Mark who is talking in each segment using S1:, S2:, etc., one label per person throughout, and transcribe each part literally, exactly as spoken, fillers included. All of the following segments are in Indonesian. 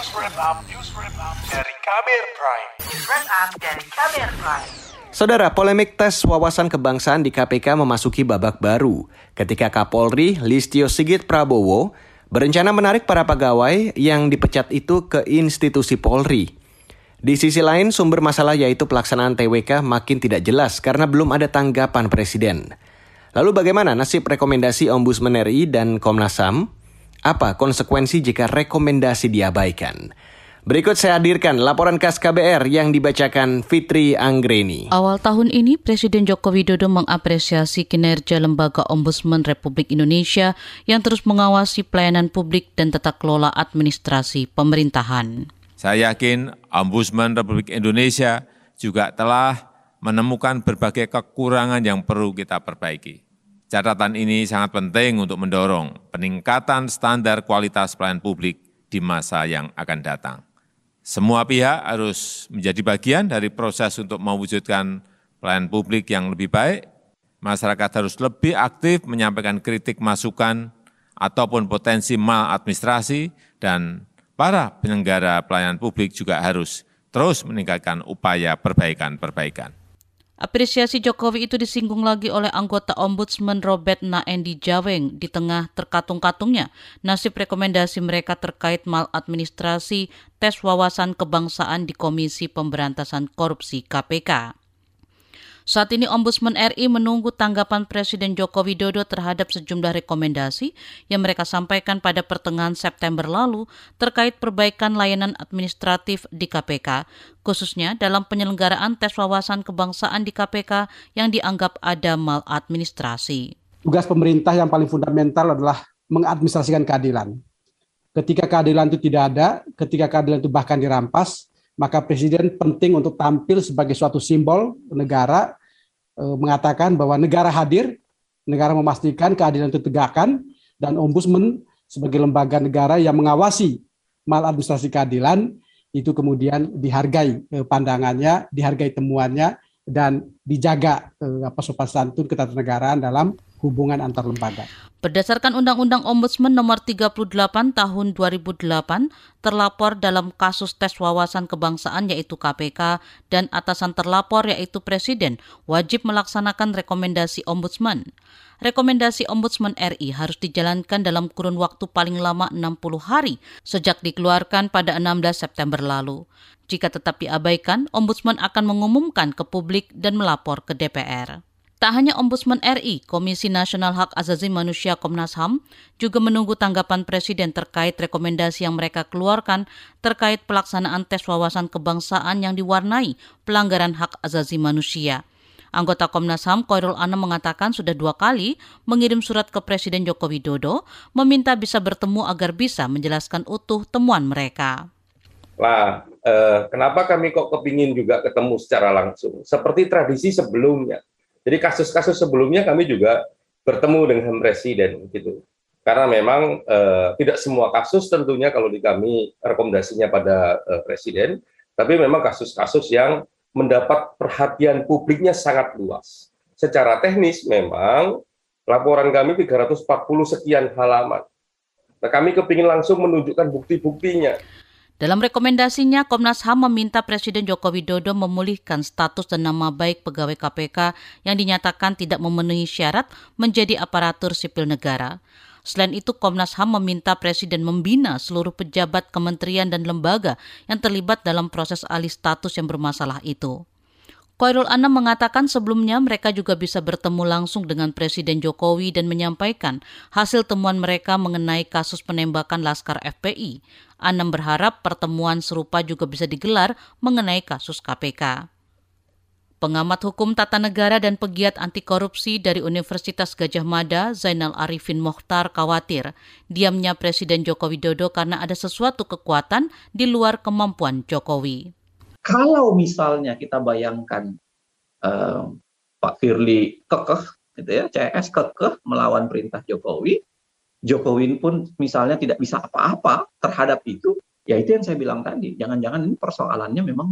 S1: Wrap Up, News Wrap Up dari Kamer Prime. News Wrap Up dari Kamer Prime.
S2: Saudara, polemik tes wawasan kebangsaan di K P K memasuki babak baru ketika Kapolri Listio Sigit Prabowo berencana menarik para pegawai yang dipecat itu ke institusi Polri. Di sisi lain, sumber masalah yaitu pelaksanaan T W K makin tidak jelas karena belum ada tanggapan Presiden. Lalu bagaimana nasib rekomendasi Ombudsman R I dan Komnas H A M? Apa konsekuensi jika rekomendasi diabaikan? Berikut saya hadirkan laporan khas K B R yang dibacakan Fitri Anggreni.
S3: Awal tahun ini, Presiden Joko Widodo mengapresiasi kinerja Lembaga Ombudsman Republik Indonesia yang terus mengawasi pelayanan publik dan tata kelola administrasi pemerintahan.
S4: Saya yakin Ombudsman Republik Indonesia juga telah menemukan berbagai kekurangan yang perlu kita perbaiki. Catatan ini sangat penting untuk mendorong peningkatan standar kualitas pelayanan publik di masa yang akan datang. Semua pihak harus menjadi bagian dari proses untuk mewujudkan pelayanan publik yang lebih baik. Masyarakat harus lebih aktif menyampaikan kritik masukan ataupun potensi maladministrasi, dan para penyelenggara pelayanan publik juga harus terus meningkatkan upaya perbaikan-perbaikan.
S3: Apresiasi Jokowi itu disinggung lagi oleh anggota Ombudsman Robert Naendi Jaweng di tengah terkatung-katungnya nasib rekomendasi mereka terkait maladministrasi tes wawasan kebangsaan di Komisi Pemberantasan Korupsi K P K. Saat ini Ombudsman R I menunggu tanggapan Presiden Joko Widodo terhadap sejumlah rekomendasi yang mereka sampaikan pada pertengahan September lalu terkait perbaikan layanan administratif di K P K, khususnya dalam penyelenggaraan tes wawasan kebangsaan di K P K yang dianggap ada maladministrasi.
S5: Tugas pemerintah yang paling fundamental adalah mengadministrasikan keadilan. Ketika keadilan itu tidak ada, ketika keadilan itu bahkan dirampas, maka Presiden penting untuk tampil sebagai suatu simbol negara, e, mengatakan bahwa negara hadir, negara memastikan keadilan itu tegakkan, dan Ombudsman sebagai lembaga negara yang mengawasi maladministrasi keadilan, itu kemudian dihargai e, pandangannya, dihargai temuannya, dan dijaga e, apa sopan santun ketatanegaraan dalam hubungan antar lembaga.
S3: Berdasarkan Undang-Undang Ombudsman Nomor tiga puluh delapan Tahun dua ribu delapan, terlapor dalam kasus tes wawasan kebangsaan yaitu K P K dan atasan terlapor yaitu Presiden wajib melaksanakan rekomendasi Ombudsman. Rekomendasi Ombudsman R I harus dijalankan dalam kurun waktu paling lama enam puluh hari sejak dikeluarkan pada enam belas September lalu. Jika tetap diabaikan, Ombudsman akan mengumumkan ke publik dan melapor ke D P R. Tak hanya Ombudsman R I, Komisi Nasional Hak Asasi Manusia Komnas H A M juga menunggu tanggapan Presiden terkait rekomendasi yang mereka keluarkan terkait pelaksanaan tes wawasan kebangsaan yang diwarnai pelanggaran hak asasi manusia. Anggota Komnas H A M Khairul Anam mengatakan sudah dua kali mengirim surat ke Presiden Joko Widodo meminta bisa bertemu agar bisa menjelaskan utuh temuan mereka.
S6: Nah, eh, kenapa kami kok kepingin juga ketemu secara langsung? Seperti tradisi sebelumnya. Jadi kasus-kasus sebelumnya kami juga bertemu dengan Presiden gitu. Karena memang eh, tidak semua kasus tentunya kalau di kami rekomendasinya pada eh, Presiden, tapi memang kasus-kasus yang mendapat perhatian publiknya sangat luas. Secara teknis memang laporan kami tiga ratus empat puluh sekian halaman. Nah, kami kepingin langsung menunjukkan bukti-buktinya.
S3: Dalam rekomendasinya, Komnas H A M meminta Presiden Joko Widodo memulihkan status dan nama baik pegawai K P K yang dinyatakan tidak memenuhi syarat menjadi aparatur sipil negara. Selain itu, Komnas H A M meminta Presiden membina seluruh pejabat kementerian dan lembaga yang terlibat dalam proses alih status yang bermasalah itu. Khairul Anam mengatakan sebelumnya mereka juga bisa bertemu langsung dengan Presiden Jokowi dan menyampaikan hasil temuan mereka mengenai kasus penembakan Laskar F P I. Anam berharap pertemuan serupa juga bisa digelar mengenai kasus K P K. Pengamat hukum tata negara dan pegiat anti korupsi dari Universitas Gadjah Mada, Zainal Arifin Mokhtar, khawatir diamnya Presiden Joko Widodo karena ada sesuatu kekuatan di luar kemampuan Jokowi.
S7: Kalau misalnya kita bayangkan uh, Pak Firly kekeh, gitu ya, C S kekeh melawan perintah Jokowi, Jokowi pun misalnya tidak bisa apa-apa terhadap itu, ya itu yang saya bilang tadi, jangan-jangan ini persoalannya memang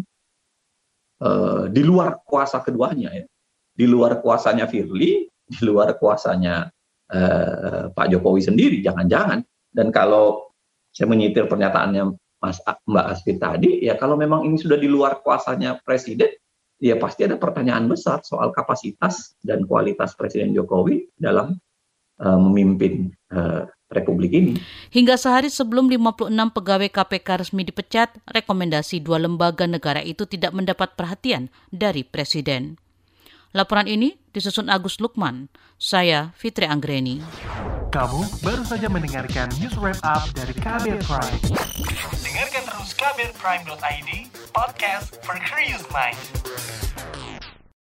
S7: uh, di luar kuasa keduanya, ya, di luar kuasanya Firly, di luar kuasanya uh, Pak Jokowi sendiri, jangan-jangan. Dan kalau saya menyitir pernyataannya Mas Mbak Asfi tadi, ya kalau memang ini sudah di luar kuasanya Presiden, ya pasti ada pertanyaan besar soal kapasitas dan kualitas Presiden Jokowi dalam uh, memimpin uh, Republik ini.
S3: Hingga sehari sebelum lima puluh enam pegawai K P K resmi dipecat, rekomendasi dua lembaga negara itu tidak mendapat perhatian dari Presiden. Laporan ini disusun Agus Lukman. Saya Fitri Anggreni.
S1: Kamu baru saja mendengarkan news wrap up dari K B R Prime. Dengarkan terus k b r prime dot i d, podcast for curious mind.